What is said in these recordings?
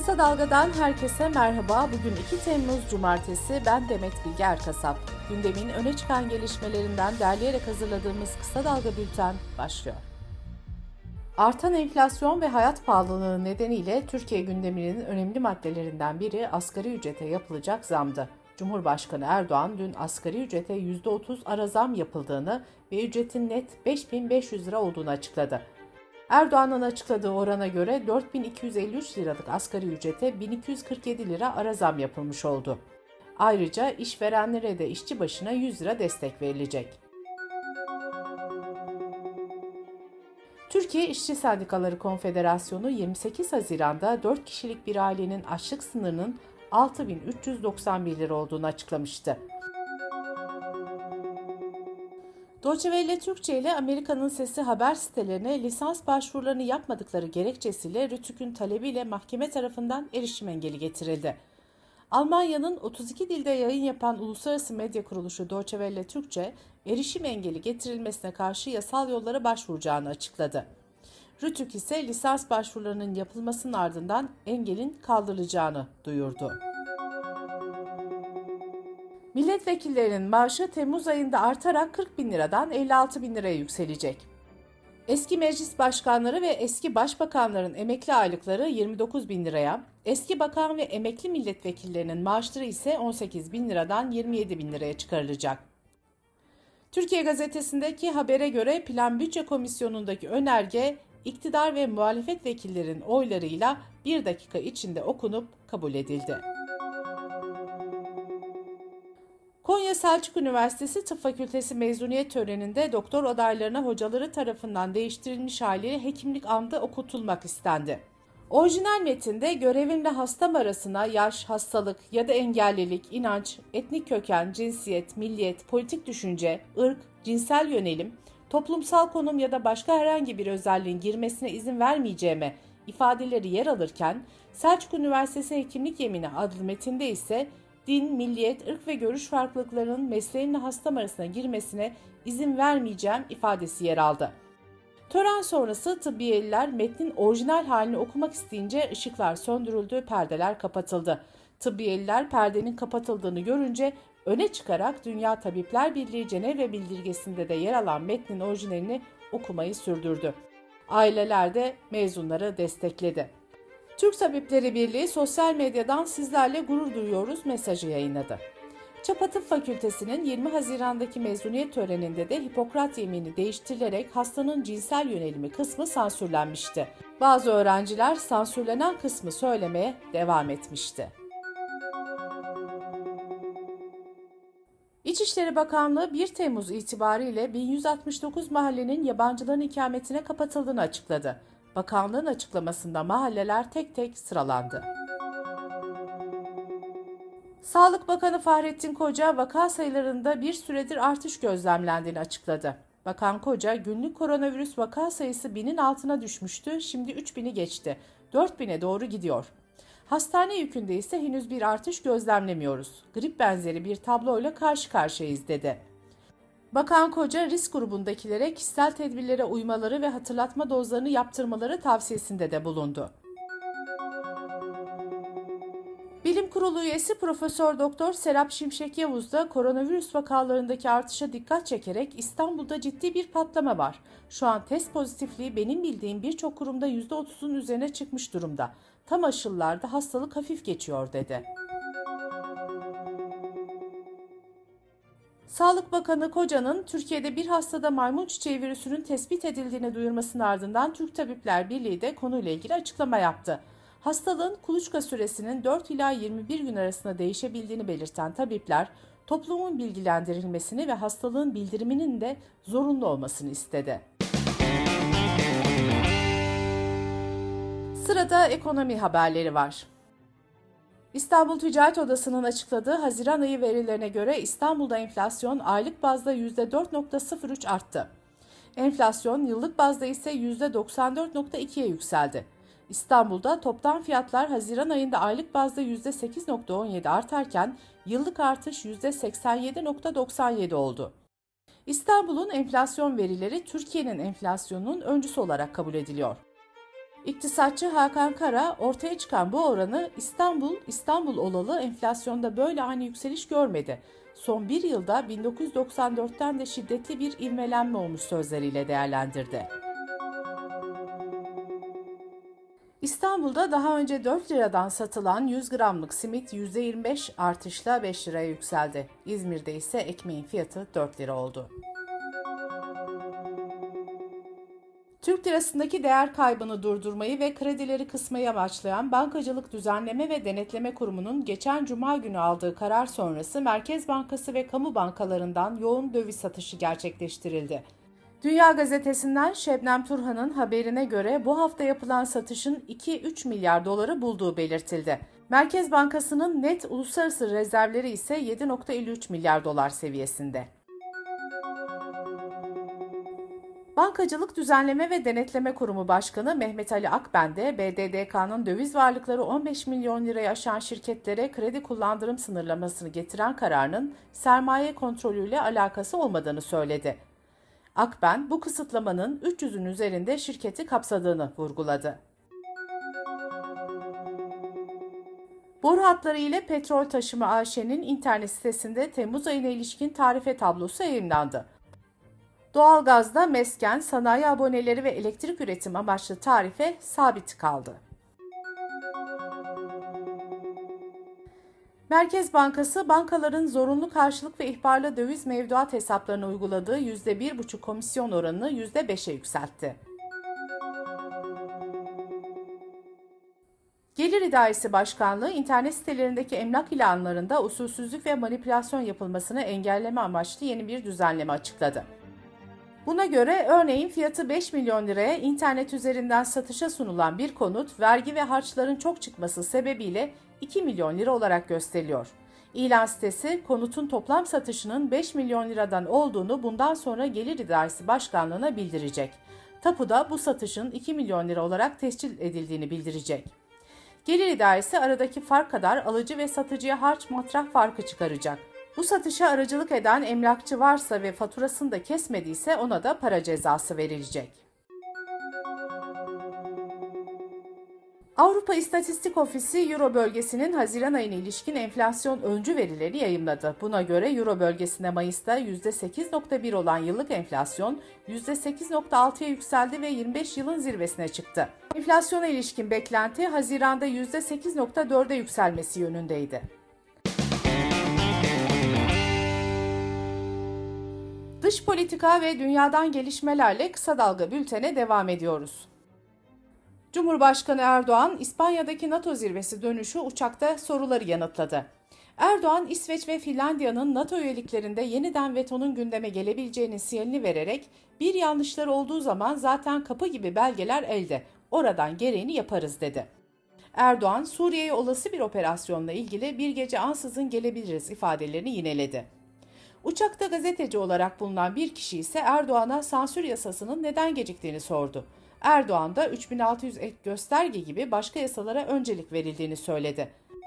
Kısa Dalga'dan herkese merhaba. Bugün 2 Temmuz Cumartesi. Ben Demet Bilge Erkasap. Gündemin öne çıkan gelişmelerinden derleyerek hazırladığımız Kısa Dalga bülten başlıyor. Artan enflasyon ve hayat pahalılığı nedeniyle Türkiye gündeminin önemli maddelerinden biri asgari ücrete yapılacak zamdı. Cumhurbaşkanı Erdoğan dün asgari ücrete %30 ara zam yapıldığını ve ücretin net 5.500 lira olduğunu açıkladı. Erdoğan'ın açıkladığı orana göre 4.253 liralık asgari ücrete 1.247 lira ara zam yapılmış oldu. Ayrıca işverenlere de işçi başına 100 lira destek verilecek. Türkiye İşçi Sendikaları Konfederasyonu 28 Haziran'da 4 kişilik bir ailenin açlık sınırının 6.391 lira olduğunu açıklamıştı. Deutsche Welle Türkçe ile Amerika'nın Sesi haber sitelerine lisans başvurularını yapmadıkları gerekçesiyle Rütük'ün talebiyle mahkeme tarafından erişim engeli getirildi. Almanya'nın 32 dilde yayın yapan uluslararası medya kuruluşu Deutsche Welle Türkçe, erişim engeli getirilmesine karşı yasal yollara başvuracağını açıkladı. Rütük ise lisans başvurularının yapılmasının ardından engelin kaldırılacağını duyurdu. Milletvekillerinin maaşı Temmuz ayında artarak 40 bin liradan 56 bin liraya yükselecek. Eski meclis başkanları ve eski başbakanların emekli aylıkları 29 bin liraya, eski bakan ve emekli milletvekillerinin maaşları ise 18 bin liradan 27 bin liraya çıkarılacak. Türkiye Gazetesi'ndeki habere göre Plan Bütçe Komisyonu'ndaki önerge, iktidar ve muhalefet vekillerinin oylarıyla 1 dakika içinde okunup kabul edildi. Konya Selçuk Üniversitesi Tıp Fakültesi mezuniyet töreninde doktor adaylarına hocaları tarafından değiştirilmiş haliyle hekimlik andı okutulmak istendi. Orijinal metinde görevimle hastam arasına yaş, hastalık ya da engellilik, inanç, etnik köken, cinsiyet, milliyet, politik düşünce, ırk, cinsel yönelim, toplumsal konum ya da başka herhangi bir özelliğin girmesine izin vermeyeceğime ifadeleri yer alırken, Selçuk Üniversitesi Hekimlik Yemini adlı metinde ise din, milliyet, ırk ve görüş farklılıklarının mesleğimle hastam arasına girmesine izin vermeyeceğim ifadesi yer aldı. Tören sonrası tıbbiyeliler metnin orijinal halini okumak isteyince ışıklar söndürüldü, perdeler kapatıldı. Tıbbiyeliler perdenin kapatıldığını görünce öne çıkarak Dünya Tabipler Birliği Cenevre Bildirgesi'nde de yer alan metnin orijinalini okumayı sürdürdü. Aileler de mezunları destekledi. Türk Tabipleri Birliği sosyal medyadan sizlerle gurur duyuyoruz mesajı yayınladı. Çapa Tıp Fakültesi'nin 20 Haziran'daki mezuniyet töreninde de Hipokrat yemini değiştirilerek hastanın cinsel yönelimi kısmı sansürlenmişti. Bazı öğrenciler sansürlenen kısmı söylemeye devam etmişti. İçişleri Bakanlığı 1 Temmuz itibariyle 1169 mahallenin yabancıların ikametine kapatıldığını açıkladı. Bakanlığın açıklamasında mahalleler tek tek sıralandı. Sağlık Bakanı Fahrettin Koca vaka sayılarında bir süredir artış gözlemlendiğini açıkladı. Bakan Koca günlük koronavirüs vaka sayısı 1000'in altına düşmüştü, şimdi 3000'i geçti, 4000'e doğru gidiyor. Hastane yükünde ise henüz bir artış gözlemlemiyoruz. Grip benzeri bir tabloyla karşı karşıyayız dedi. Bakan Koca risk grubundakilere kişisel tedbirlere uymaları ve hatırlatma dozlarını yaptırmaları tavsiyesinde de bulundu. Bilim Kurulu üyesi Profesör Doktor Serap Şimşek Yavuz da koronavirüs vakalarındaki artışa dikkat çekerek İstanbul'da ciddi bir patlama var. Şu an test pozitifliği benim bildiğim birçok kurumda %30'un üzerine çıkmış durumda. Tam aşılarda hastalık hafif geçiyor dedi. Sağlık Bakanı Koca'nın Türkiye'de bir hastada maymun çiçeği virüsünün tespit edildiğini duyurmasının ardından Türk Tabipler Birliği de konuyla ilgili açıklama yaptı. Hastalığın kuluçka süresinin 4 ila 21 gün arasında değişebildiğini belirten tabipler, toplumun bilgilendirilmesini ve hastalığın bildiriminin de zorunlu olmasını istedi. Sırada ekonomi haberleri var. İstanbul Ticaret Odası'nın açıkladığı Haziran ayı verilerine göre İstanbul'da enflasyon aylık bazda %4.03 arttı. Enflasyon yıllık bazda ise %94.2'ye yükseldi. İstanbul'da toptan fiyatlar Haziran ayında aylık bazda %8.17 artarken yıllık artış %87.97 oldu. İstanbul'un enflasyon verileri Türkiye'nin enflasyonunun öncüsü olarak kabul ediliyor. İktisatçı Hakan Kara, ortaya çıkan bu oranı İstanbul olalı enflasyonda böyle ani yükseliş görmedi. Son bir yılda 1994'ten de şiddetli bir ivmelenme olmuş sözleriyle değerlendirdi. İstanbul'da daha önce 4 liradan satılan 100 gramlık simit %25 artışla 5 liraya yükseldi. İzmir'de ise ekmeğin fiyatı 4 lira oldu. Türk lirasındaki değer kaybını durdurmayı ve kredileri kısmayı amaçlayan Bankacılık Düzenleme ve Denetleme Kurumu'nun geçen Cuma günü aldığı karar sonrası Merkez Bankası ve kamu bankalarından yoğun döviz satışı gerçekleştirildi. Dünya Gazetesi'nden Şebnem Turhan'ın haberine göre bu hafta yapılan satışın 2-3 milyar doları bulduğu belirtildi. Merkez Bankası'nın net uluslararası rezervleri ise 7,53 milyar dolar seviyesinde. Bankacılık Düzenleme ve Denetleme Kurumu Başkanı Mehmet Ali Akben de BDDK'nın döviz varlıkları 15 milyon lirayı aşan şirketlere kredi kullandırım sınırlamasını getiren kararının sermaye kontrolüyle alakası olmadığını söyledi. Akben, bu kısıtlamanın 300'ün üzerinde şirketi kapsadığını vurguladı. Boru hatları ile Petrol Taşıma AŞ'nin internet sitesinde Temmuz ayına ilişkin tarife tablosu yayımlandı. Doğalgazda mesken, sanayi aboneleri ve elektrik üretim amaçlı tarife sabit kaldı. Merkez Bankası, bankaların zorunlu karşılık ve ihbarlı döviz mevduat hesaplarına uyguladığı %1,5 komisyon oranını %5'e yükseltti. Gelir İdaresi Başkanlığı, internet sitelerindeki emlak ilanlarında usulsüzlük ve manipülasyon yapılmasını engelleme amaçlı yeni bir düzenleme açıkladı. Buna göre örneğin fiyatı 5 milyon liraya internet üzerinden satışa sunulan bir konut, vergi ve harçların çok çıkması sebebiyle 2 milyon lira olarak gösteriliyor. İlan sitesi, konutun toplam satışının 5 milyon liradan olduğunu bundan sonra Gelir İdaresi Başkanlığı'na bildirecek. Tapu da bu satışın 2 milyon lira olarak tescil edildiğini bildirecek. Gelir İdaresi aradaki fark kadar alıcı ve satıcıya harç matrah farkı çıkaracak. Bu satışa aracılık eden emlakçı varsa ve faturasını da kesmediyse ona da para cezası verilecek. Avrupa İstatistik Ofisi Euro bölgesinin Haziran ayına ilişkin enflasyon öncü verileri yayımladı. Buna göre Euro bölgesinde Mayıs'ta %8,1 olan yıllık enflasyon %8,6'ya yükseldi ve 25 yılın zirvesine çıktı. Enflasyona ilişkin beklenti Haziran'da %8,4'e yükselmesi yönündeydi. Dış politika ve dünyadan gelişmelerle kısa dalga bültene devam ediyoruz. Cumhurbaşkanı Erdoğan, İspanya'daki NATO zirvesi dönüşü uçakta soruları yanıtladı. Erdoğan, İsveç ve Finlandiya'nın NATO üyeliklerinde yeniden vetonun gündeme gelebileceğinin sinyalini vererek, bir yanlışları olduğu zaman zaten kapı gibi belgeler elde, oradan gereğini yaparız dedi. Erdoğan, Suriye'ye olası bir operasyonla ilgili bir gece ansızın gelebiliriz ifadelerini yineledi. Uçakta gazeteci olarak bulunan bir kişi ise Erdoğan'a sansür yasasının neden geciktiğini sordu. Erdoğan da 3600 ek gösterge gibi başka yasalara öncelik verildiğini söyledi.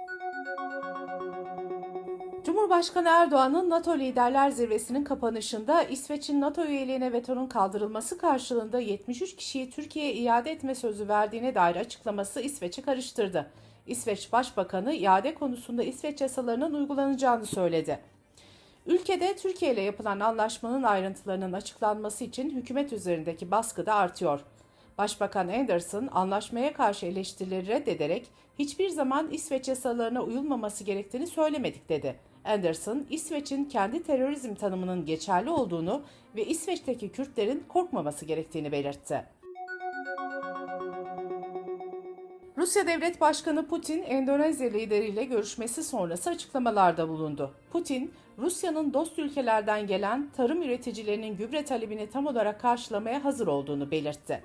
Cumhurbaşkanı Erdoğan'ın NATO Liderler Zirvesi'nin kapanışında İsveç'in NATO üyeliğine vetonun kaldırılması karşılığında 73 kişiyi Türkiye'ye iade etme sözü verdiğine dair açıklaması İsveç'i karıştırdı. İsveç Başbakanı iade konusunda İsveç yasalarının uygulanacağını söyledi. Ülkede Türkiye ile yapılan anlaşmanın ayrıntılarının açıklanması için hükümet üzerindeki baskı da artıyor. Başbakan Anderson anlaşmaya karşı eleştirileri reddederek hiçbir zaman İsveç yasalarına uyulmaması gerektiğini söylemedik dedi. Anderson, İsveç'in kendi terörizm tanımının geçerli olduğunu ve İsveç'teki Kürtlerin korkmaması gerektiğini belirtti. Rusya Devlet Başkanı Putin, Endonezya lideriyle görüşmesi sonrası açıklamalarda bulundu. Putin, Rusya'nın dost ülkelerden gelen tarım üreticilerinin gübre talebini tam olarak karşılamaya hazır olduğunu belirtti.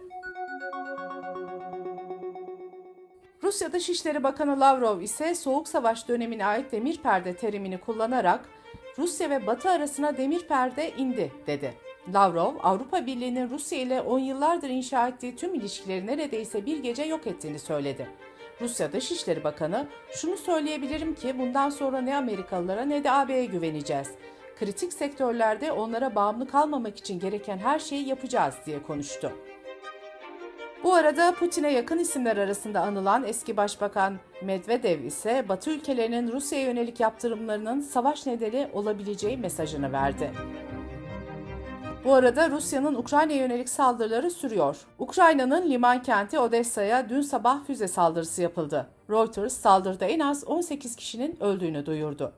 Rusya Dışişleri Bakanı Lavrov ise Soğuk Savaş dönemine ait demir perde terimini kullanarak Rusya ve Batı arasına demir perde indi dedi. Lavrov, Avrupa Birliği'nin Rusya ile 10 yıllardır inşa ettiği tüm ilişkileri neredeyse bir gece yok ettiğini söyledi. Rusya Dışişleri Bakanı, "Şunu söyleyebilirim ki bundan sonra ne Amerikalılara ne de AB'ye güveneceğiz. Kritik sektörlerde onlara bağımlı kalmamak için gereken her şeyi yapacağız," diye konuştu. Bu arada Putin'e yakın isimler arasında anılan eski Başbakan Medvedev ise Batı ülkelerinin Rusya'ya yönelik yaptırımlarının savaş nedeni olabileceği mesajını verdi. Bu arada Rusya'nın Ukrayna'ya yönelik saldırıları sürüyor. Ukrayna'nın liman kenti Odessa'ya dün sabah füze saldırısı yapıldı. Reuters saldırıda en az 18 kişinin öldüğünü duyurdu.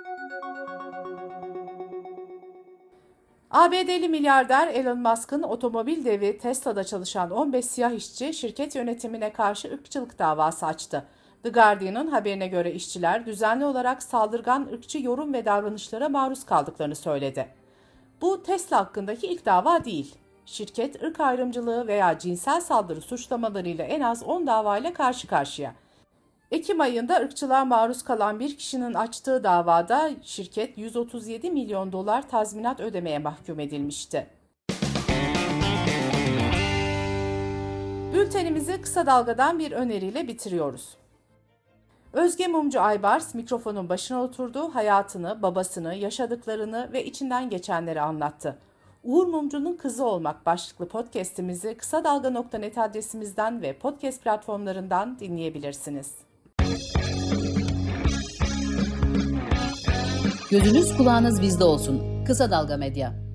ABD'li milyarder Elon Musk'ın otomobil devi Tesla'da çalışan 15 siyah işçi şirket yönetimine karşı ırkçılık davası açtı. The Guardian'ın haberine göre işçiler düzenli olarak saldırgan ırkçı yorum ve davranışlara maruz kaldıklarını söyledi. Bu Tesla hakkındaki ilk dava değil. Şirket ırk ayrımcılığı veya cinsel saldırı suçlamalarıyla en az 10 davayla karşı karşıya. Ekim ayında ırkçılığa maruz kalan bir kişinin açtığı davada şirket 137 milyon dolar tazminat ödemeye mahkum edilmişti. Bültenimizi kısa dalgadan bir öneriyle bitiriyoruz. Özge Mumcu Aybars mikrofonun başına oturdu, hayatını, babasını, yaşadıklarını ve içinden geçenleri anlattı. Uğur Mumcu'nun Kızı Olmak başlıklı podcast'imizi kısadalga.net adresimizden ve podcast platformlarından dinleyebilirsiniz. Gözünüz kulağınız bizde olsun. Kısa Dalga Medya.